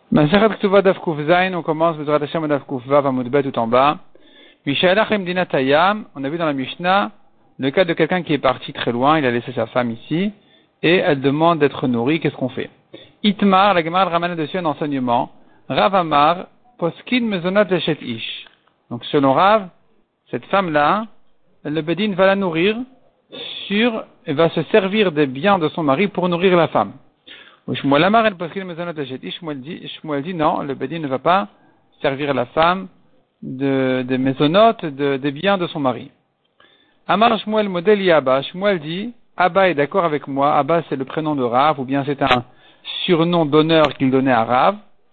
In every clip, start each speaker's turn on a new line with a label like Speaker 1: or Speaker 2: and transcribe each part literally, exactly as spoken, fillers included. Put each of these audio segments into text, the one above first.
Speaker 1: Masechet Ketuvot Daf Kuf Zayin, on commence Bezrat Hashem Daf Kuf Vav Amud Bet tout en bas. Mishalach Mdinat Hayam, on a vu dans la Mishnah le cas de quelqu'un qui est parti très loin, il a laissé sa femme ici, et elle demande d'être nourrie, qu'est-ce qu'on fait? Itmar, la Gemara ramène dessus un enseignement. Rav Amar, Poskin Mezonat Lechet Ish. Donc selon Rav, cette femme-là, le Bedin va la nourrir sur, et va se servir des biens de son mari pour nourrir la femme. Shmuel Amar el Poskin Mezonat Lechet Ish, Shmuel dit, Shmuel dit non, le Bedin ne va pas servir la femme de, des maisonnotes, de, des biens de son mari. Amar Shmuel Modeli Abba, Shmuel dit, Abba est d'accord avec moi, Abba c'est le prénom de Rav, ou bien c'est un surnom d'honneur qu'il donnait à Rav.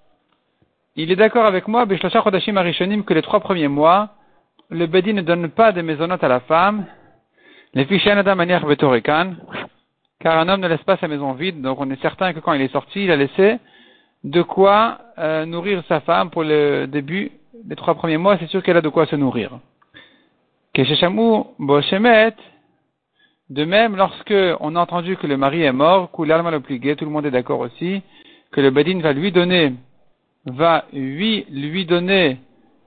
Speaker 1: Il est d'accord avec moi, Beshlosha Chodashim Arishonim, que les trois premiers mois, le Bedin ne donne pas de maisonnotes à la femme, les Fishen Adam Maniach Betorekan, car un homme ne laisse pas sa maison vide, donc on est certain que quand il est sorti, il a laissé de quoi euh, nourrir sa femme pour le début, les trois premiers mois, c'est sûr qu'elle a de quoi se nourrir. Kesheshamu Boshemet, de même, lorsque on a entendu que le mari est mort, Koulalma le pligué, tout le monde est d'accord aussi, que le Bedin va lui donner, va lui, lui donner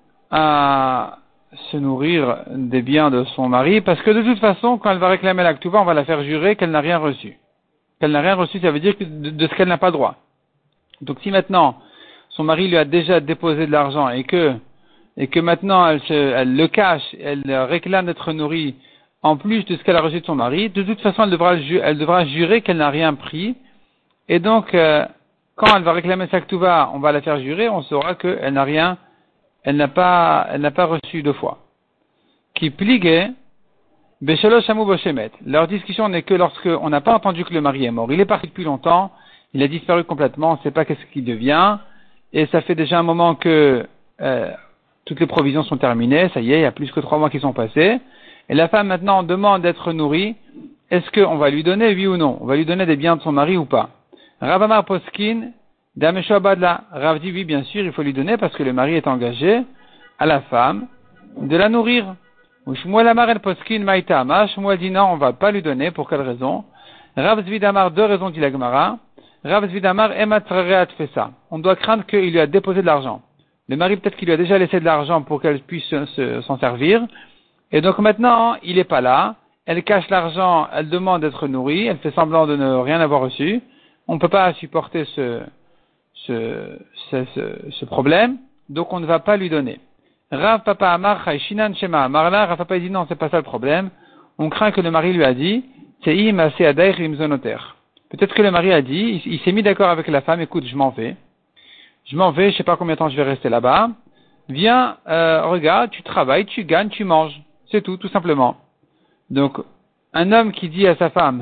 Speaker 1: à se nourrir des biens de son mari, parce que de toute façon, quand elle va réclamer la Ktuva, on va la faire jurer qu'elle n'a rien reçu. Qu'elle n'a rien reçu, ça veut dire que de, de ce qu'elle n'a pas droit. Donc si maintenant, son mari lui a déjà déposé de l'argent et que, et que maintenant elle, se, elle le cache, elle réclame d'être nourrie en plus de ce qu'elle a reçu de son mari, de toute façon elle devra, elle devra jurer qu'elle n'a rien pris, et donc, euh, quand elle va réclamer sa Ktuva, on va la faire jurer, on saura qu'elle n'a rien, elle n'a pas, elle n'a pas reçu deux fois. Qui pligue, Beshalosh Shamu Boshemet. Leur discussion n'est que lorsque on n'a pas entendu que le mari est mort. Il est parti depuis longtemps, il a disparu complètement, on ne sait pas qu'est-ce qu'il devient, et ça fait déjà un moment que, euh, toutes les provisions sont terminées, ça y est, il y a plus que trois mois qui sont passés, et la femme maintenant demande d'être nourrie, est-ce qu'on va lui donner, oui ou non? On va lui donner des biens de son mari ou pas? Rav Amar Poskin, Damesho Abadla. Rav dit oui, bien sûr, il faut lui donner parce que le mari est engagé à la femme de la nourrir. Ou Shmuel Amar el Poskin Maïta Ama. Shmuel dit non, on va pas lui donner. Pour quelle raison? Rav Zvid Amar, deux raisons dit la Gemara. Rav Zvid Amar Ematrareat fait ça. On doit craindre qu'il lui a déposé de l'argent. Le mari peut-être qu'il lui a déjà laissé de l'argent pour qu'elle puisse se, se, s'en servir. Et donc maintenant, il est pas là. Elle cache l'argent, elle demande d'être nourrie, elle fait semblant de ne rien avoir reçu. On ne peut pas supporter ce, ce, ce, ce, ce problème, donc on ne va pas lui donner. Rav Papa Amar Chayshinan Shema Amar là, Rav Papa dit non, c'est pas ça le problème. On craint que le mari lui a dit, Seim Ase Adair Rimzonoter. Peut-être que le mari a dit, il, il s'est mis d'accord avec la femme, écoute, je m'en vais. Je m'en vais, je sais pas combien de temps je vais rester là-bas. Viens, euh, regarde, tu travailles, tu gagnes, tu manges. C'est tout, tout simplement. Donc, un homme qui dit à sa femme,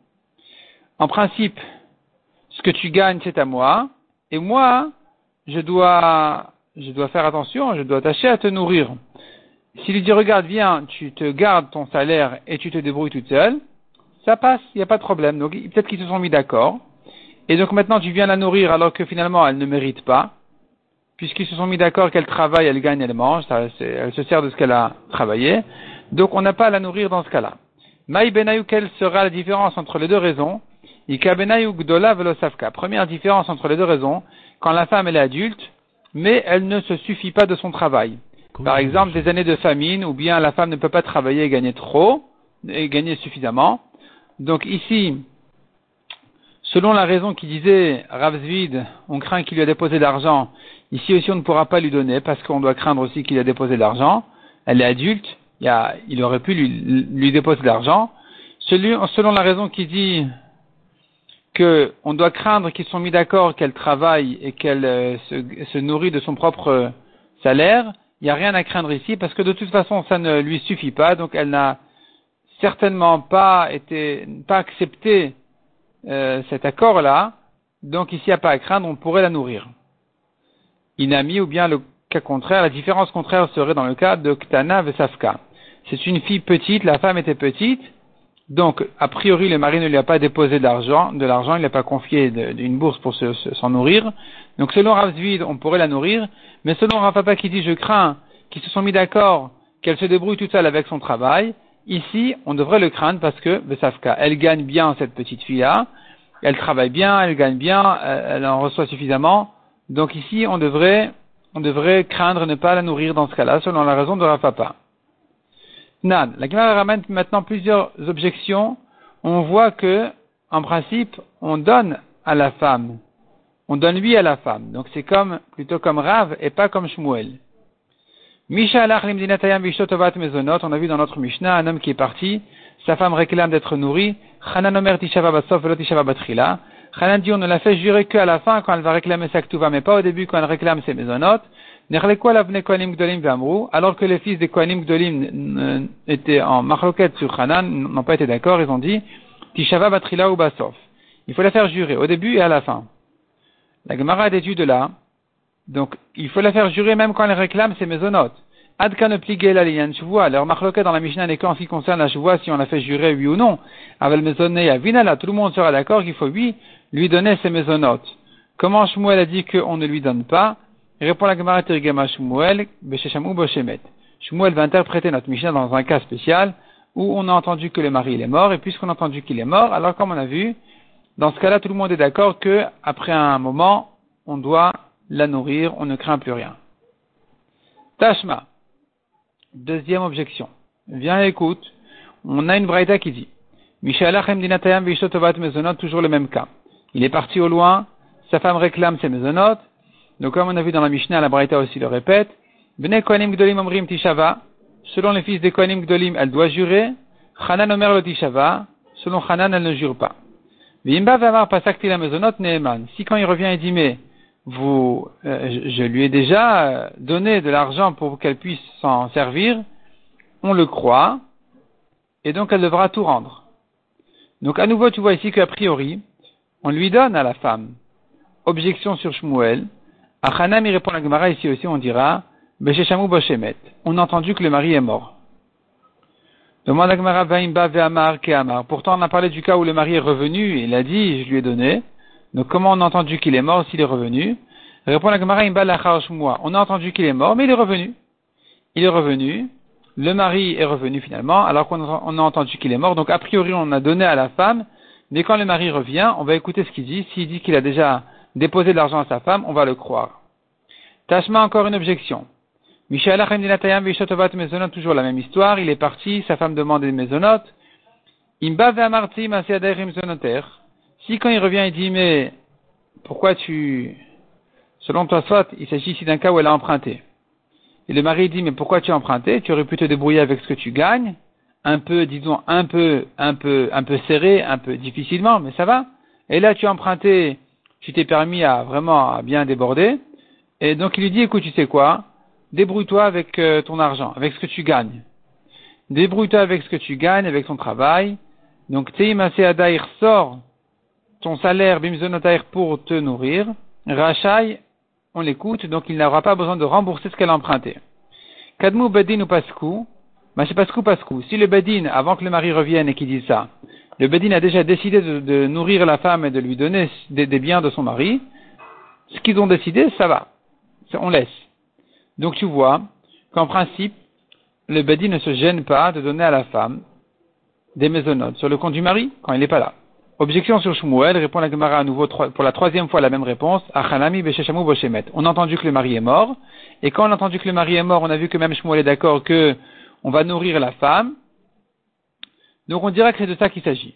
Speaker 1: en principe, ce que tu gagnes, c'est à moi, et moi, je dois, je dois faire attention, je dois tâcher à te nourrir. S'il lui dit, regarde, viens, tu te gardes ton salaire et tu te débrouilles toute seule, ça passe, il n'y a pas de problème. Donc, peut-être qu'ils se sont mis d'accord. Et donc, maintenant, tu viens la nourrir alors que finalement, elle ne mérite pas. Puisqu'ils se sont mis d'accord qu'elle travaille, elle gagne, elle mange, ça, c'est, elle se sert de ce qu'elle a travaillé. Donc, on n'a pas à la nourrir dans ce cas-là. Maï Benayou, quelle sera la différence entre les deux raisons? Première différence entre les deux raisons, quand la femme elle est adulte, mais elle ne se suffit pas de son travail. Par exemple, des années de famine, ou bien la femme ne peut pas travailler et gagner trop, et gagner suffisamment. Donc ici, selon la raison qui disait Rav Zvid, on craint qu'il lui a déposé de l'argent, ici aussi on ne pourra pas lui donner, parce qu'on doit craindre aussi qu'il a déposé de l'argent. Elle est adulte, il, y a, il aurait pu lui, lui déposer de l'argent. Celui, selon la raison qui dit que on doit craindre qu'ils sont mis d'accord qu'elle travaille et qu'elle euh, se, se nourrit de son propre euh, salaire, il n'y a rien à craindre ici parce que de toute façon ça ne lui suffit pas, donc elle n'a certainement pas été, pas accepté euh, cet accord-là, donc ici il n'y a pas à craindre, on pourrait la nourrir. Inami ou bien le cas contraire, la différence contraire serait dans le cas de Ktana Vesafka. C'est une fille petite, la femme était petite. Donc, a priori, le mari ne lui a pas déposé de l'argent, de l'argent, il ne l'a pas confié d'une bourse pour se, se, s'en nourrir. Donc, selon Rav Zvid, on pourrait la nourrir, mais selon Rav Papa qui dit, je crains qu'ils se sont mis d'accord, qu'elle se débrouille toute seule avec son travail, ici, on devrait le craindre parce que, Besafka, elle gagne bien cette petite fille-là, elle travaille bien, elle gagne bien, elle en reçoit suffisamment, Donc ici, on devrait, on devrait craindre ne pas la nourrir dans ce cas-là, selon la raison de Rav Papa. Nan, la Gemara ramène maintenant plusieurs objections. On voit que, en principe, on donne à la femme. On donne lui à la femme. Donc c'est comme, plutôt comme Rav et pas comme Shmuel. Misha alach limdinatayam vishotovat mezonot. On a vu dans notre Mishnah un homme qui est parti. Sa femme réclame d'être nourrie. Chanan omer tishava basof velo tishava batrila. Chanan dit on ne la fait jurer qu'à la fin quand elle va réclamer sa ktuva, mais pas au début quand elle réclame ses mezonot. Nerleko alavne kohanim gdolim v'amru. Alors que les fils des kohanim gdolim étaient en machloket sur Chanan, n'ont pas été d'accord, ils ont dit tishava batrila ou basof. Il faut la faire jurer au début et à la fin. La Gemara déduit de là. Donc, il faut la faire jurer même quand elle réclame ses mésonotes. Adka ne pligue la ligne chevoie. Leur marloquet dans la Mishnah n'est qu'en ce qui concerne la chevoie si on la fait jurer oui ou non. Avec mésoné à Vinala, tout le monde sera d'accord qu'il faut oui, lui donner ses mésonotes. Comment Shmuel a dit qu'on ne lui donne pas? Il répond la Gemara Terigama Shmuel, Besheshamu Boshemet. Shmuel va interpréter notre Mishnah dans un cas spécial où on a entendu que le mari il est mort, et puisqu'on a entendu qu'il est mort, alors comme on a vu, dans ce cas-là, tout le monde est d'accord que après un moment, on doit la nourrir, on ne craint plus rien. Tashma. Deuxième objection. Viens et écoute. On a une braïta qui dit Mishalachem dinatayam vishotovat mezonot, toujours le même cas. Il est parti au loin, sa femme réclame ses mezonot. Donc comme on a vu dans la Mishnah, la braïta aussi le répète. Bnei kohanim gdolim omrim tishava. Selon les fils des kohanim gdolim, elle doit jurer. Chanan omer lo tishava. Selon Chanan, elle ne jure pas. Vimba vamar pasakti la mezonot neeman. Si quand il revient et dit mais vous, euh, je lui ai déjà donné de l'argent pour qu'elle puisse s'en servir, on le croit, et donc elle devra tout rendre. Donc à nouveau, tu vois ici qu'a priori, on lui donne à la femme. Objection sur Shmuel. À Chanam, il répond à la Gemara, ici aussi on dira, Besheshamu Boshemet. On a entendu que le mari est mort. Demande à la Gemara, Vaimba ve'amar ke'amar. Pourtant on a parlé du cas où le mari est revenu, et il a dit, je lui ai donné. Donc, comment on a entendu qu'il est mort s'il est revenu? Répond la Gemara, Imba lachar shmua. On a entendu qu'il est mort, mais il est revenu. Il est revenu. Le mari est revenu finalement, alors qu'on a entendu qu'il est mort. Donc, a priori, on a donné à la femme. Mais quand le mari revient, on va écouter ce qu'il dit. S'il dit qu'il a déjà déposé de l'argent à sa femme, on va le croire. Tashma, encore une objection. Mishalachem dinatayam vishotovat mezonot, toujours la même histoire. Il est parti, sa femme demande des mezonot. Imba ve'amarti maseadarim zonoter. Si quand il revient, il dit, mais pourquoi tu, selon toi, soit, il s'agit ici d'un cas où elle a emprunté. Et le mari dit, mais pourquoi tu as emprunté? Tu aurais pu te débrouiller avec ce que tu gagnes, un peu, disons, un peu, un peu, un peu serré, un peu difficilement, mais ça va. Et là, tu as emprunté, tu t'es permis à vraiment à bien déborder. Et donc, il lui dit, écoute, tu sais quoi? Débrouille-toi avec euh, ton argent, avec ce que tu gagnes. Débrouille-toi avec ce que tu gagnes, avec ton travail. Donc, Teim Aseadaïr sort ton salaire bimzonotaire pour te nourrir, Rachai, on l'écoute, donc il n'aura pas besoin de rembourser ce qu'elle a emprunté. Kadmu bedin ou paskou, mais c'est paskou paskou. Si le bedin, avant que le mari revienne et qu'il dise ça, le bedin a déjà décidé de, de nourrir la femme et de lui donner des, des biens de son mari, ce qu'ils ont décidé, ça va. On laisse. Donc tu vois qu'en principe, le bedin ne se gêne pas de donner à la femme des mésonotes sur le compte du mari quand il n'est pas là. Objection sur Shmuel, répond la Gemara à nouveau pour la troisième fois la même réponse. Achanami besheshamu boshemet. On a entendu que le mari est mort, et quand on a entendu que le mari est mort, on a vu que même Shmuel est d'accord que on va nourrir la femme. Donc on dirait que c'est de ça qu'il s'agit.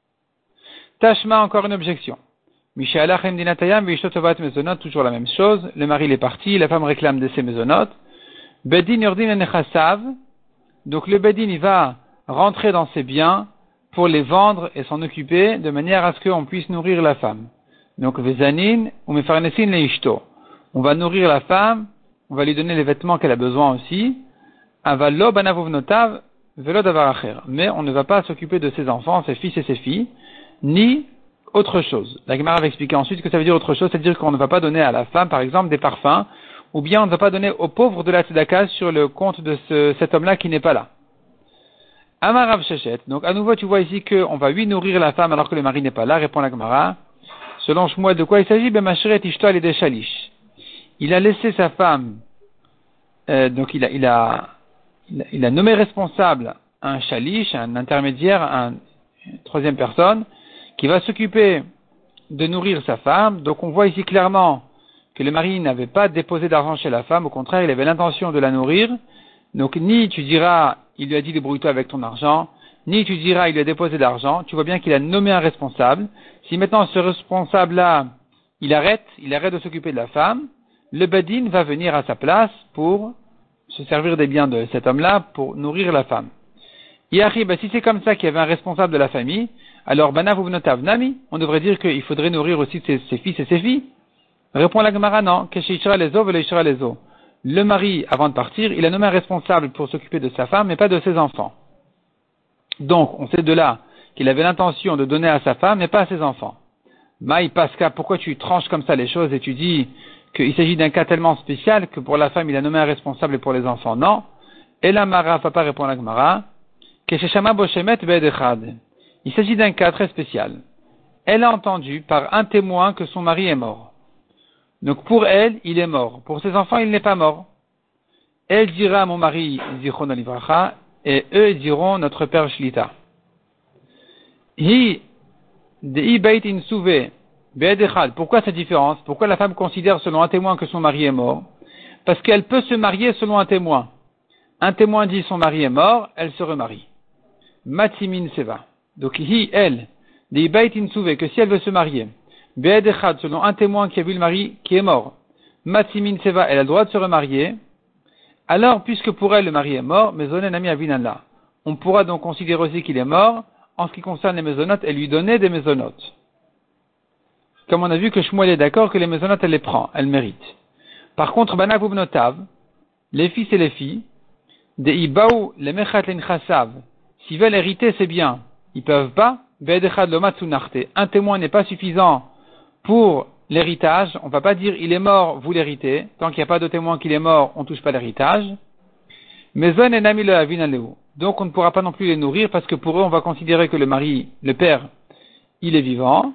Speaker 1: Tashma, encore une objection. Mishalachem dinatayam vishotovat mezonot, toujours la même chose. Le mari il est parti, la femme réclame de ses mezonot. Bedin yordin nechasav. Donc le bedin il va rentrer dans ses biens pour les vendre et s'en occuper de manière à ce qu'on puisse nourrir la femme. Donc, vezanin ou mefarnesin leishto. On va nourrir la femme, on va lui donner les vêtements qu'elle a besoin aussi. Avalo banavovnotav velo davar acher. Mais on ne va pas s'occuper de ses enfants, ses fils et ses filles, ni autre chose. La Gemara va expliquer ensuite que ça veut dire autre chose, c'est-à-dire qu'on ne va pas donner à la femme, par exemple, des parfums, ou bien on ne va pas donner aux pauvres de la tzedaka sur le compte de ce, cet homme-là qui n'est pas là. Amarav Shechet. Donc, à nouveau, tu vois ici qu'on va lui nourrir la femme alors que le mari n'est pas là, répond la Gemara. Selon Shmuel, de quoi il s'agit? Ben, Masheret Ishto et des Shalish. Il a laissé sa femme, euh, donc il a, il a, il a, il a nommé responsable un Shalish, un intermédiaire, un, une troisième personne, qui va s'occuper de nourrir sa femme. Donc, on voit ici clairement que le mari n'avait pas déposé d'argent chez la femme, au contraire, il avait l'intention de la nourrir, donc ni tu diras, il lui a dit débrouille-toi avec ton argent, ni tu diras, il lui a déposé de l'argent, tu vois bien qu'il a nommé un responsable. Si maintenant ce responsable-là, il arrête, il arrête de s'occuper de la femme, le badin va venir à sa place pour se servir des biens de cet homme-là pour nourrir la femme. Yahi, bah, si c'est comme ça qu'il y avait un responsable de la famille, alors banav ubnotav nami, on devrait dire qu'il faudrait nourrir aussi ses, ses fils et ses filles. Répond la Gemara, non, kesheishra lezo veleishra lezo. Le mari, avant de partir, il a nommé un responsable pour s'occuper de sa femme, mais pas de ses enfants. Donc, on sait de là qu'il avait l'intention de donner à sa femme, mais pas à ses enfants. Maï Pasca, pourquoi tu tranches comme ça les choses et tu dis qu'il s'agit d'un cas tellement spécial que pour la femme, il a nommé un responsable et pour les enfants, non. Et la Mara, papa répond la Gemara, Kesheshama Boshemet Be'edechad. Il s'agit d'un cas très spécial. Elle a entendu par un témoin que son mari est mort. Donc pour elle, il est mort. Pour ses enfants, il n'est pas mort. Elle dira à mon mari, Zichron Alivracha, et eux diront notre père Shlita. Hi Dei Beit Insuve Be'edechad. Pourquoi cette différence? Pourquoi la femme considère selon un témoin que son mari est mort? Parce qu'elle peut se marier selon un témoin. Un témoin dit son mari est mort, elle se remarie. Matimin Seva. Donc, hi, elle, des Baitin Souvé, que si elle veut se marier, Be'edechad, selon un témoin qui a vu le mari qui est mort, Matimin Seva, elle a le droit de se remarier, alors, puisque pour elle le mari est mort, Mezonen Ami Avinanla, on pourra donc considérer aussi qu'il est mort, en ce qui concerne les mésonotes, elle lui donnait des mésonotes. Comme on a vu que Shmuel est d'accord que les mésonotes, elle les prend, elle mérite. Par contre, Banav Ubnotav, les fils et les filles, des Ibaou, les Mechat Lenchasav, s'ils veulent hériter, c'est bien. Ils peuvent pas. Un témoin n'est pas suffisant pour l'héritage. On ne va pas dire il est mort, vous l'héritez. Tant qu'il n'y a pas de témoin qu'il est mort, on ne touche pas l'héritage. Donc on ne pourra pas non plus les nourrir parce que pour eux, on va considérer que le mari, le père, il est vivant.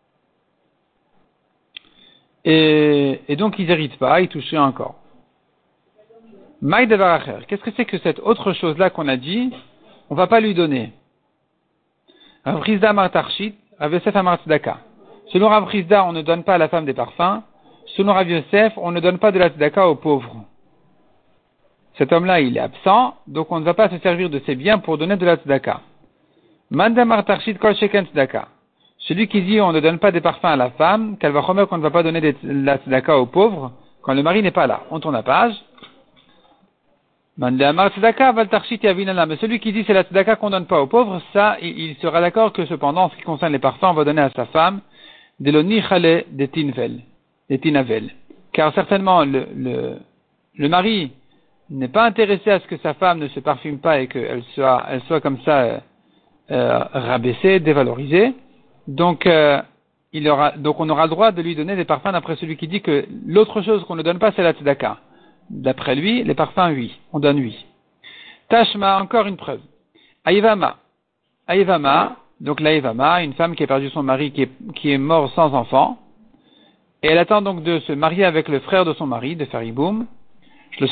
Speaker 1: Et, et donc ils n'héritent pas, ils toucheraient encore. Maïdavaracher. Qu'est-ce que c'est que cette autre chose-là qu'on a dit? On ne va pas lui donner. Rav Chizda Amar Tarshit, Rav Yosef Amar Tzedaka. Selon Rav Chizda, on ne donne pas à la femme des parfums. Selon Rav Yosef, on ne donne pas de la tzedaka aux pauvres. Cet homme-là, il est absent, donc on ne va pas se servir de ses biens pour donner de la tzedaka. Manda Amar Tarshit Kol Sheken Tzedaka. Celui qui dit on ne donne pas des parfums à la femme, qu'elle va remettre qu'on ne va pas donner de la tzedaka aux pauvres, quand le mari n'est pas là. On tourne la page. Mais celui qui dit c'est la tzedaka qu'on donne pas aux pauvres, ça, il sera d'accord que cependant, en ce qui concerne les parfums, on va donner à sa femme de l'onichale des tinvel, des tinavel. Car certainement, le, le, le mari n'est pas intéressé à ce que sa femme ne se parfume pas et qu'elle soit, elle soit comme ça, euh, euh, rabaissée, dévalorisée. Donc, euh, il aura, donc on aura le droit de lui donner des parfums d'après celui qui dit que l'autre chose qu'on ne donne pas, c'est la tzedaka. D'après lui, les parfums, oui. On donne oui. Tashma, encore une preuve. Aïvama. Aïvama, donc l'Aïvama, une femme qui a perdu son mari, qui est, qui est mort sans enfant. Et elle attend donc de se marier avec le frère de son mari, de faire Iboum. Les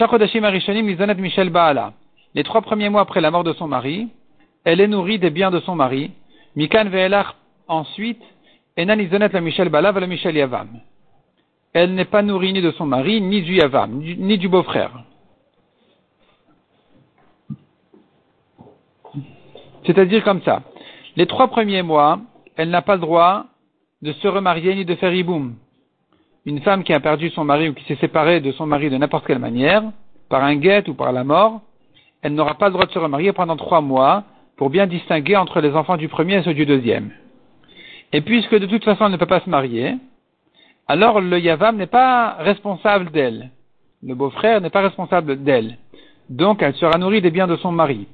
Speaker 1: trois premiers mois après la mort de son mari, elle est nourrie des biens de son mari. Mikan ve'elach, ensuite, enan izonet la Michel Bala va la Michel Yavam. Elle n'est pas nourrie ni de son mari, ni du Yavam, ni du beau-frère. C'est-à-dire comme ça. Les trois premiers mois, elle n'a pas le droit de se remarier ni de faire Iboum. Une femme qui a perdu son mari ou qui s'est séparée de son mari de n'importe quelle manière, par un guet ou par la mort, elle n'aura pas le droit de se remarier pendant trois mois pour bien distinguer entre les enfants du premier et ceux du deuxième. Et puisque de toute façon elle ne peut pas se marier, alors le Yavam n'est pas responsable d'elle. Le beau-frère n'est pas responsable d'elle. Donc elle sera nourrie des biens de son mari.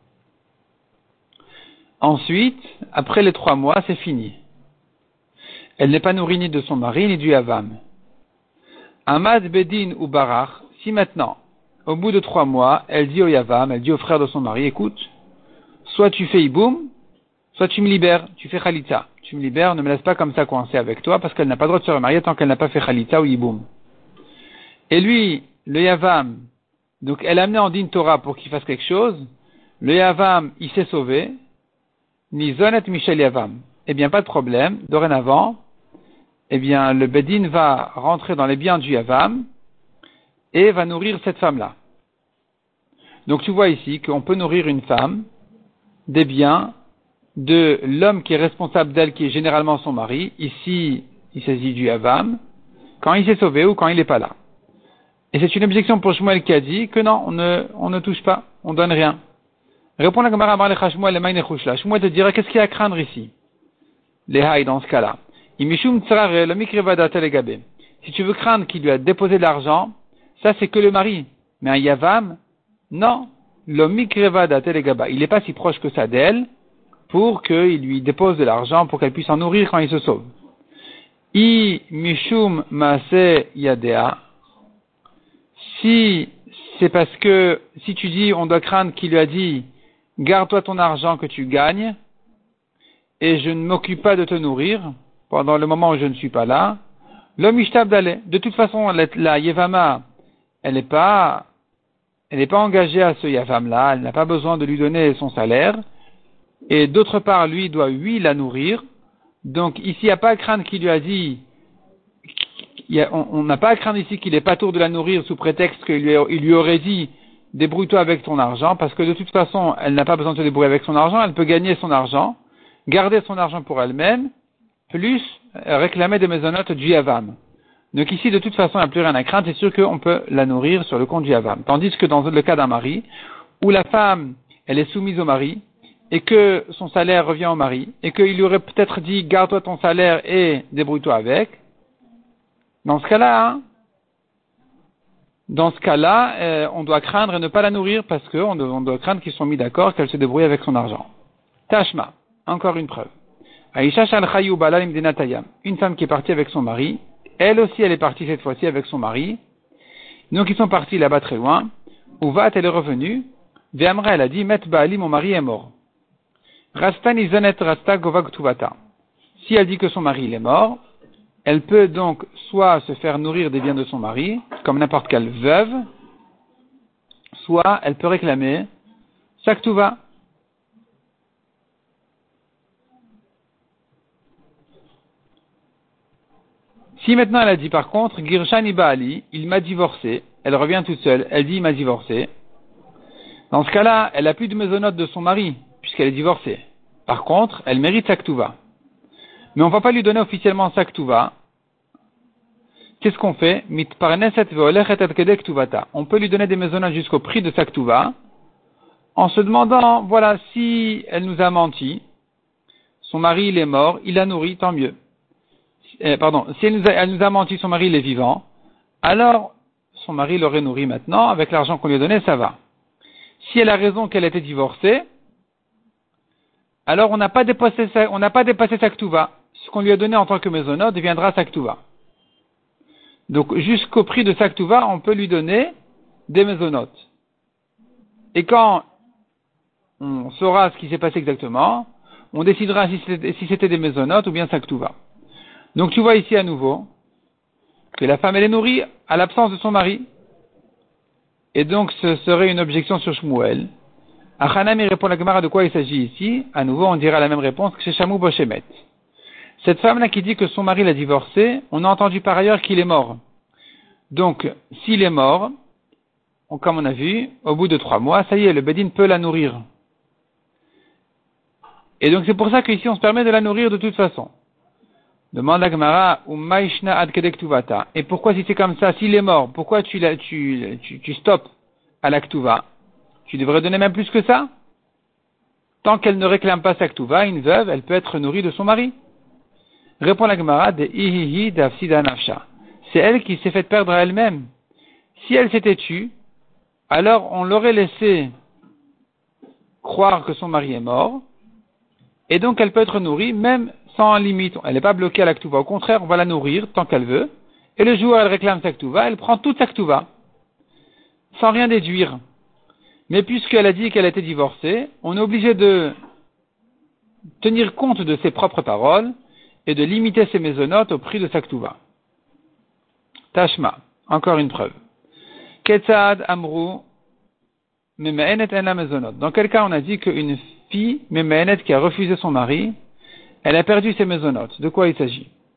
Speaker 1: Ensuite, après les trois mois, c'est fini. Elle n'est pas nourrie ni de son mari ni du Yavam. Amad Bedin ou Barach, si maintenant, au bout de trois mois, elle dit au Yavam, elle dit au frère de son mari, écoute, soit tu fais Iboum, soit tu me libères, tu fais Khalitza. Tu me libères, ne me laisse pas comme ça coincé avec toi, parce qu'elle n'a pas le droit de se remarier tant qu'elle n'a pas fait Khalitza ou Iboum. Et lui, le Yavam, donc elle a amené en din Torah pour qu'il fasse quelque chose, le Yavam, il s'est sauvé, ni Zonet Michel Yavam. Eh bien, pas de problème, dorénavant, eh bien, le Bedin va rentrer dans les biens du Yavam et va nourrir cette femme-là. Donc tu vois ici qu'on peut nourrir une femme des biens de l'homme qui est responsable d'elle, qui est généralement son mari. Ici, il s'agit du Yavam, quand il s'est sauvé ou quand il n'est pas là. Et c'est une objection pour Shmuel qui a dit que non, on ne, on ne touche pas, on donne rien. Répond la Gemara Amar Lecha Shmuel Lemay Nechushla. Shmuel te dirait, qu'est-ce qu'il y a à craindre ici? Les haïs dans ce cas-là. Imishum Tzrare le Mikrivada Telegabe. Si tu veux craindre qu'il lui a déposé de l'argent, ça c'est que le mari. Mais un Yavam, non. Le Mikrivada Telegaba. Il n'est pas si proche que ça d'elle pour qu'il lui dépose de l'argent pour qu'elle puisse en nourrir quand il se sauve. I Mishum Maase Yadea. Si c'est parce que, si tu dis, on doit craindre qu'il lui a dit, garde-toi ton argent que tu gagnes, et je ne m'occupe pas de te nourrir, pendant le moment où je ne suis pas là, l'homme ishtab d'aller. De toute façon, la, la Yevama, elle n'est pas, elle n'est pas engagée à ce Yavam-là, elle n'a pas besoin de lui donner son salaire, et d'autre part, lui doit, lui, la nourrir. Donc, ici, il n'y a pas à craindre qu'il lui a dit, a, on n'a pas à craindre ici qu'il n'ait pas tour de la nourrir sous prétexte qu'il lui, il lui aurait dit, débrouille-toi avec ton argent, parce que de toute façon, elle n'a pas besoin de se débrouiller avec son argent, elle peut gagner son argent, garder son argent pour elle-même, plus réclamer des maisonnotes du Yavam. Donc ici, de toute façon, il n'y a plus rien à craindre, c'est sûr qu'on peut la nourrir sur le compte du Yavam. Tandis que dans le cas d'un mari, où la femme, elle est soumise au mari, et que son salaire revient au mari, et qu'il lui aurait peut-être dit, garde-toi ton salaire et débrouille-toi avec, dans ce cas-là, hein, dans ce cas-là, euh, on doit craindre et ne pas la nourrir parce qu'on doit, on doit craindre qu'ils soient mis d'accord qu'elle se débrouille avec son argent. Tashma, encore une preuve. Aïcha Shalchayu Balalim Dinatayam, une femme qui est partie avec son mari, elle aussi elle est partie cette fois-ci avec son mari, donc ils sont partis là-bas très loin, Uvat elle est revenue, Ve'amra elle a dit, Met Baali mon mari est mort. Rastan Izanet Rasta Govag Tuvata. Si elle dit que son mari il est mort, elle peut donc soit se faire nourrir des biens de son mari, comme n'importe quelle veuve, soit elle peut réclamer Saktuva. Si maintenant elle a dit par contre, Girshani Baali, il m'a divorcé, elle revient toute seule, elle dit il m'a divorcé. Dans ce cas-là, elle n'a plus de maisonnote de son mari, puisqu'elle est divorcée. Par contre, elle mérite Saktuva. Mais on ne va pas lui donner officiellement Saktuva. Qu'est-ce qu'on fait? On peut lui donner des maisonnotes jusqu'au prix de Saktuva, en se demandant, voilà, si elle nous a menti, son mari il est mort, il la nourrit, tant mieux. Eh, pardon, si elle nous, a, elle nous a menti, son mari il est vivant, alors son mari l'aurait nourri maintenant, avec l'argent qu'on lui a donné, ça va. Si elle a raison qu'elle était divorcée, alors on n'a pas dépassé, on n'a pas dépassé Saktuva. Ce qu'on lui a donné en tant que maisonnote deviendra Saktuva. Donc jusqu'au prix de Saktuva, on peut lui donner des maisonnotes. Et quand on saura ce qui s'est passé exactement, on décidera si c'était, si c'était des maisonnotes ou bien Saktuva. Donc tu vois ici à nouveau que la femme elle est nourrie à l'absence de son mari. Et donc ce serait une objection sur Shmuel. Achanam il répond à la Gemara de quoi il s'agit ici. À nouveau on dira la même réponse que chez Shamou Boshemet. Cette femme-là qui dit que son mari l'a divorcée, on a entendu par ailleurs qu'il est mort. Donc s'il est mort, on, comme on a vu, au bout de trois mois, ça y est, le Bedin peut la nourrir. Et donc c'est pour ça qu'ici on se permet de la nourrir de toute façon. Demande la Gemara, Umaishna ad kedek tuvata. Et pourquoi si c'est comme ça, s'il est mort, pourquoi tu, la, tu, tu, tu stoppes à la ktuva? Tu devrais donner même plus que ça? Tant qu'elle ne réclame pas sa ktuva, une veuve, elle peut être nourrie de son mari. Répond la Gemara de ihihi d'afsida nafsha. C'est elle qui s'est fait perdre à elle-même. Si elle s'était tue, alors on l'aurait laissé croire que son mari est mort, et donc elle peut être nourrie même sans limite. Elle n'est pas bloquée à la ktuva. Au contraire, on va la nourrir tant qu'elle veut. Et le jour où elle réclame sa ktuva, elle prend toute sa ktuva. Sans rien déduire. Mais puisqu'elle a dit qu'elle était divorcée, on est obligé de tenir compte de ses propres paroles et de limiter ses maisonnotes au prix de sa ktuva. Tashma. Encore une preuve. Ketzad amru memeenet en la maisonnote. Dans quel cas on a dit qu'une fille memeenet qui a refusé son mari, elle a perdu ses maisonnotes. De quoi il s'agit?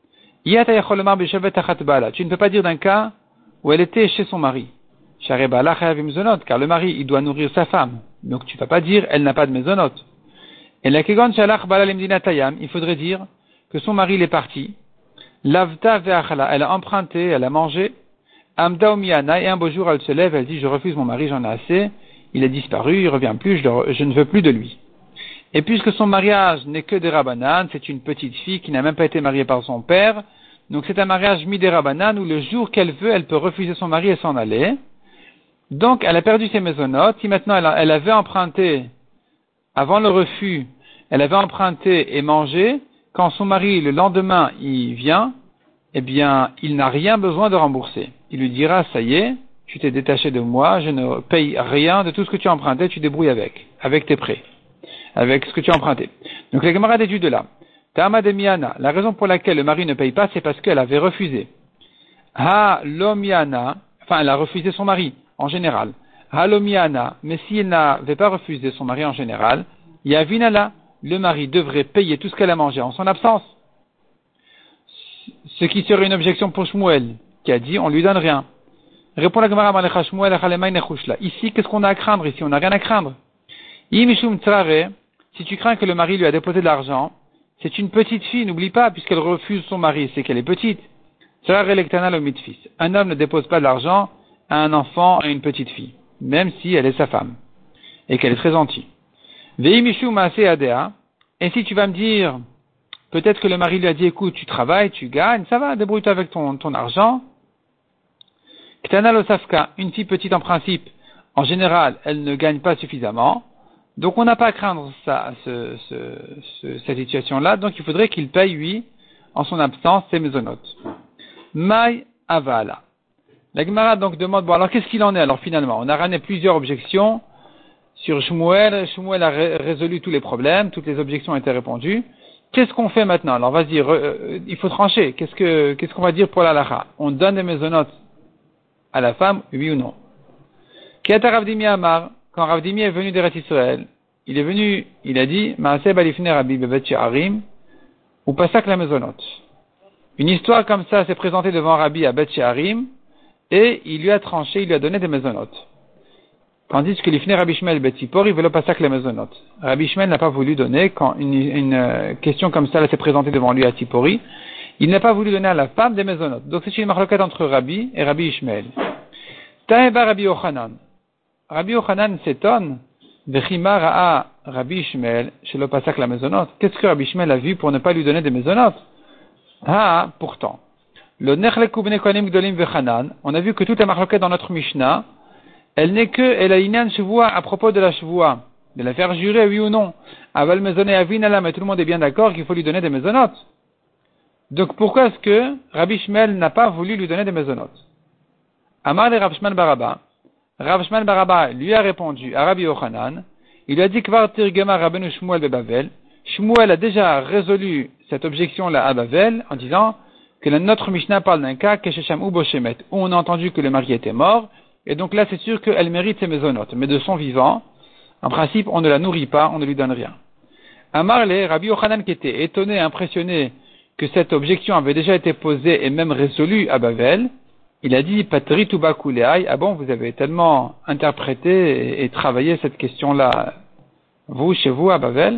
Speaker 1: Tu ne peux pas dire d'un cas où elle était chez son mari. Car le mari, il doit nourrir sa femme. Donc tu ne vas pas dire, elle n'a pas de mezonot. Et la kegon shalach bala lemdina tayam, il faudrait dire que son mari il est parti. Lavta ve'achala, elle a emprunté, elle a mangé. Amda umiyana, et un beau jour elle se lève, elle dit, je refuse mon mari, j'en ai assez. Il est disparu, il revient plus, je, le, je ne veux plus de lui. Et puisque son mariage n'est que des rabanan, c'est une petite fille qui n'a même pas été mariée par son père. Donc c'est un mariage mis des rabanan où le jour qu'elle veut, elle peut refuser son mari et s'en aller. Donc elle a perdu ses mésonotes. Si maintenant elle, a, elle avait emprunté, avant le refus, elle avait emprunté et mangé, quand son mari le lendemain il vient, eh bien il n'a rien besoin de rembourser. Il lui dira, ça y est, tu t'es détaché de moi, je ne paye rien de tout ce que tu as emprunté, tu débrouilles avec, avec tes prêts, avec ce que tu as emprunté. Donc les camarades études de là. Tama de Miana, la raison pour laquelle le mari ne paye pas, c'est parce qu'elle avait refusé. Ha lomiana, enfin elle a refusé son mari, en général. Ha lomiana, mais si elle n'avait pas refusé son mari en général, yavinala, le mari devrait payer tout ce qu'elle a mangé en son absence. Ce qui serait une objection pour Shmuel, qui a dit on lui donne rien. Répond la Gemara Malecha Shmuel Achalemay Nechushla. Ici, qu'est-ce qu'on a à craindre? Ici, on n'a rien à craindre. Yimishum Tzrare, si tu crains que le mari lui a déposé de l'argent, c'est une petite fille, n'oublie pas, puisqu'elle refuse son mari, c'est qu'elle est petite. Tzrare Lektana le mitfis. Un homme ne dépose pas de l'argent à un enfant, à une petite fille, même si elle est sa femme, et qu'elle est très gentille. Veimishum Ase Adea, et si tu vas me dire, peut-être que le mari lui a dit, écoute, tu travailles, tu gagnes, ça va, débrouille-toi avec ton, ton argent. Ktana lo safka, une fille petite en principe, en général, elle ne gagne pas suffisamment. Donc on n'a pas à craindre ça, ce, ce, ce, cette situation-là. Donc il faudrait qu'il paye, lui, en son absence, ses mésonotes. Maï avala. La Gemara donc demande, bon alors qu'est-ce qu'il en est alors finalement? On a ramené plusieurs objections sur Shmuel. Shmuel a ré- résolu tous les problèmes, toutes les objections ont été répondues. Qu'est-ce qu'on fait maintenant? Alors vas-y, re, euh, il faut trancher. Qu'est-ce que, qu'est-ce qu'on va dire pour la lacha? On donne des mésonotes à la femme, oui ou non? Kiata Ravdimi Amar, quand Ravdimi est venu d'Eretz Israël, il est venu, il a dit, Maaseh balifne Rabbi bebet she'arim, ou pasak la mésonote. Une histoire comme ça s'est présentée devant Rabbi à Bet she'arim, et il lui a tranché, il lui a donné des mésonotes. Tandis que l'ifne Rabbi Shmuel bet Tzipor, il veut le pasak la mésonote. Rabbi Shmuel n'a pas voulu donner, quand une, une euh, question comme ça s'est présentée devant lui à Tzipori, il n'a pas voulu donner à la femme des mésonotes. Donc c'est une marloquette entre Rabbi et Rabbi Ishmael. Taeba Rabbi Yochanan. Rabbi Yochanan s'étonne de Chima Ra'a Rabbi Ishmael chez le pasak la mésonote. Qu'est-ce que Rabbi Ishmael a vu pour ne pas lui donner des mésonotes? Ah, pourtant. Le Nechleku b'nei Kohanim Gdolim v'Chanan, on a vu que toute la marloquette dans notre Mishnah, elle n'est que elle a inan shvoua à propos de la shvoua, de la faire jurer oui ou non. Aval mezoné avinala, mais tout le monde est bien d'accord qu'il faut lui donner des mésonotes. Donc pourquoi est-ce que Rabbi Shmuel n'a pas voulu lui donner des mésonotes? Amar le Rav Shmuel Baraba. Rav Shmuel Baraba lui a répondu à Rabbi Yochanan. Il lui a dit Kvar tirgema Rabbeinu Shmuel bebavel. Shmuel a déjà résolu cette objection-là à Bavel en disant que notre Mishnah parle d'un cas Keshesham ou Boshemet, où on a entendu que le mari était mort, et donc là c'est sûr qu'elle mérite ses mésonotes. Mais de son vivant, en principe, on ne la nourrit pas, on ne lui donne rien. Amar le Rabbi Yochanan qui était étonné, impressionné que cette objection avait déjà été posée et même résolue à Bavel, il a dit Patri Tuba Kuleai, ah bon, vous avez tellement interprété et, et travaillé cette question-là, vous, chez vous, à Bavel.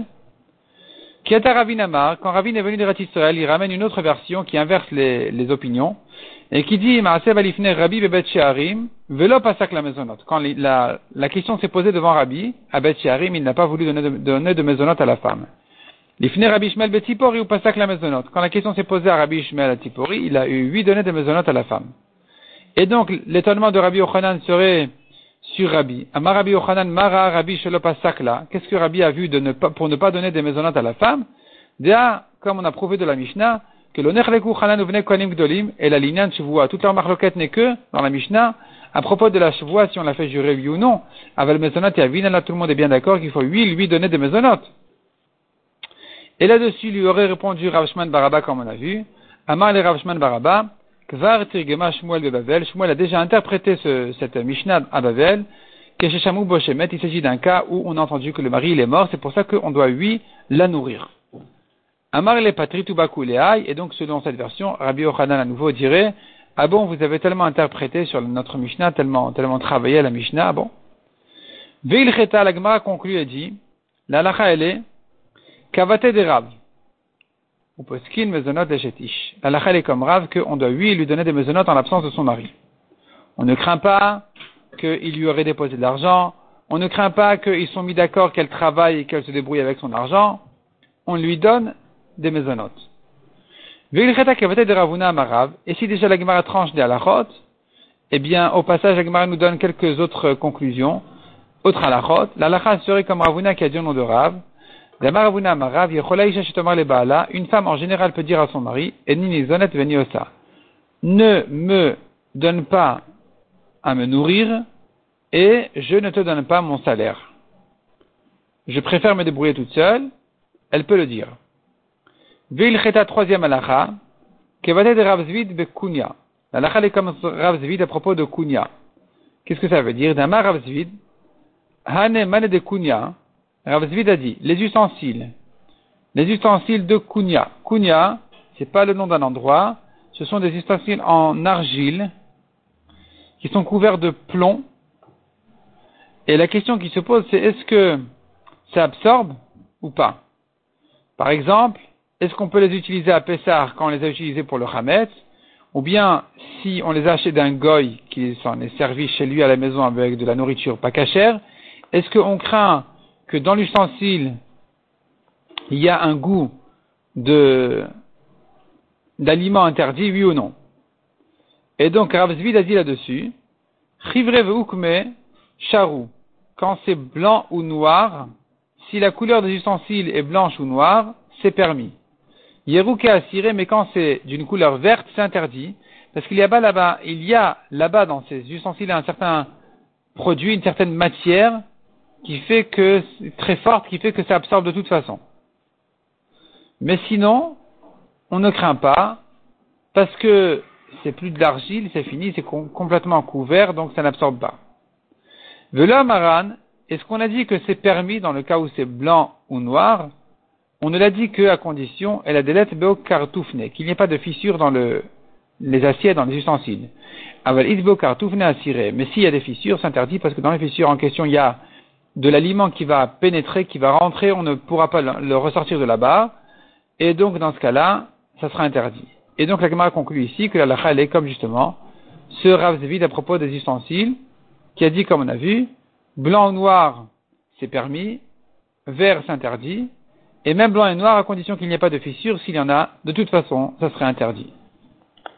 Speaker 1: Kiata Ravin Amar, quand Ravin est venu de Eretz Israël, il ramène une autre version qui inverse les, les opinions, et qui dit Maaseh balifne Rabbi bebet she'arim, velo pasak la mésonote. Quand la, la question s'est posée devant Rabbi, à Bet she'arim, il n'a pas voulu donner de, donner de mésonote à la femme. L'ifne Rabbi Ishmael bet Tzipori ou pasak la mésonote. Quand la question s'est posée à Rabbi Ishmael à Tzipori, il a eu huit données de mésonote à la femme. Et donc, l'étonnement de Rabbi Yochanan serait sur Rabbi. Amar Rabbi Yochanan, Mara Rabbi Shelo pasak la. Qu'est-ce que Rabbi a vu de ne pas, pour ne pas donner des mésonotes à la femme? Déjà, comme on a prouvé de la Mishnah, que l'onerleku chanan uvne kohanim gdolim et la linyan shvoua. Toute leur marloquette n'est que, dans la Mishnah, à propos de la shvoua, si on la fait jurer oui ou non, avec le mésonote et avina, là tout le monde est bien d'accord qu'il faut lui, lui donner des mésonotes. Et là-dessus, lui aurait répondu Rav Shmuel Baraba, comme on a vu. Amar le Rav Shmuel Baraba, Kvar tirgema Shmuel be Bavel. Shmuel a déjà interprété ce, cette Mishnah à Bavel. Kesheshamu Boshemet, il s'agit d'un cas où on a entendu que le mari il est mort, c'est pour ça qu'on doit, lui, la nourrir. Amar le patri tubaku leai, et donc selon cette version, Rabbi Yochanan à nouveau dirait, ah bon, vous avez tellement interprété sur notre Mishnah, tellement, tellement travaillé à la Mishnah, bon. Veil cheta, la Gemara conclut et dit, la lacha elle est, kavate de Rav, ou poskin mezonot de shetish. La lacha elle est comme Rav, qu'on doit lui lui donner des mezonot en l'absence de son mari. On ne craint pas qu'il lui aurait déposé de l'argent, on ne craint pas qu'ils sont mis d'accord qu'elle travaille et qu'elle se débrouille avec son argent, on lui donne des mezonot. Veil cheta kavate de Ravuna amarav, et si déjà la Gemara tranche des halachot, eh bien, au passage, la Gemara nous donne quelques autres conclusions. Autre halachot, la halacha serait comme Ravuna qui a dit au nom de Rav. D'amar Ravuna amarav, yechola isha shetomar le baala, une femme en général peut dire à son mari, enni zonet veni osa. Ne me donne pas à me nourrir, et je ne te donne pas mon salaire. Je préfère me débrouiller toute seule, elle peut le dire. Veil cheta, troisième halacha, kevate de Rav Zvid be kunya. La halacha est comme Rav Zvid à propos de kunya. Qu'est-ce que ça veut dire? D'amar Rav Zvid, hane mane de kunya, Rav Zvid a dit, les ustensiles, les ustensiles de kunya. Kunya, c'est pas le nom d'un endroit, ce sont des ustensiles en argile, qui sont couverts de plomb, et la question qui se pose, c'est est-ce que ça absorbe ou pas? Par exemple, est-ce qu'on peut les utiliser à Pessah quand on les a utilisés pour le Hametz, ou bien si on les a achetés d'un goy qui s'en est servi chez lui à la maison avec de la nourriture pas cachère, est-ce qu'on craint que dans l'ustensile il y a un goût de d'aliments interdits, oui ou non? Et donc Rav Zvid a dit là-dessus, Chivre ve'ukme charou, quand c'est blanc ou noir, si la couleur des ustensiles est blanche ou noire, c'est permis. Yerouke asiré, mais quand c'est d'une couleur verte, c'est interdit, parce qu'il y a là-bas, là-bas, il y a là-bas dans ces ustensiles un certain produit, une certaine matière qui fait que, très forte, qui fait que ça absorbe de toute façon. Mais sinon, on ne craint pas, parce que c'est plus de l'argile, c'est fini, c'est com- complètement couvert, donc ça n'absorbe pas. Vela maran, est-ce qu'on a dit que c'est permis dans le cas où c'est blanc ou noir? On ne l'a dit qu'à condition, elle a des lettres beo kartoufne, qu'il n'y ait pas de fissures dans le, les assiettes, dans les ustensiles. Aval isbeo kartoufne asiré. Mais s'il y a des fissures, c'est interdit parce que dans les fissures en question, il y a de l'aliment qui va pénétrer, qui va rentrer, on ne pourra pas le, le ressortir de là-bas. Et donc, dans ce cas-là, ça sera interdit. Et donc, la Gemara conclut ici que la lacha, elle est comme justement ce Rav Zvid à propos des ustensiles, qui a dit, comme on a vu, blanc ou noir, c'est permis, vert, c'est interdit, et même blanc et noir, à condition qu'il n'y ait pas de fissure, s'il y en a, de toute façon, ça serait interdit.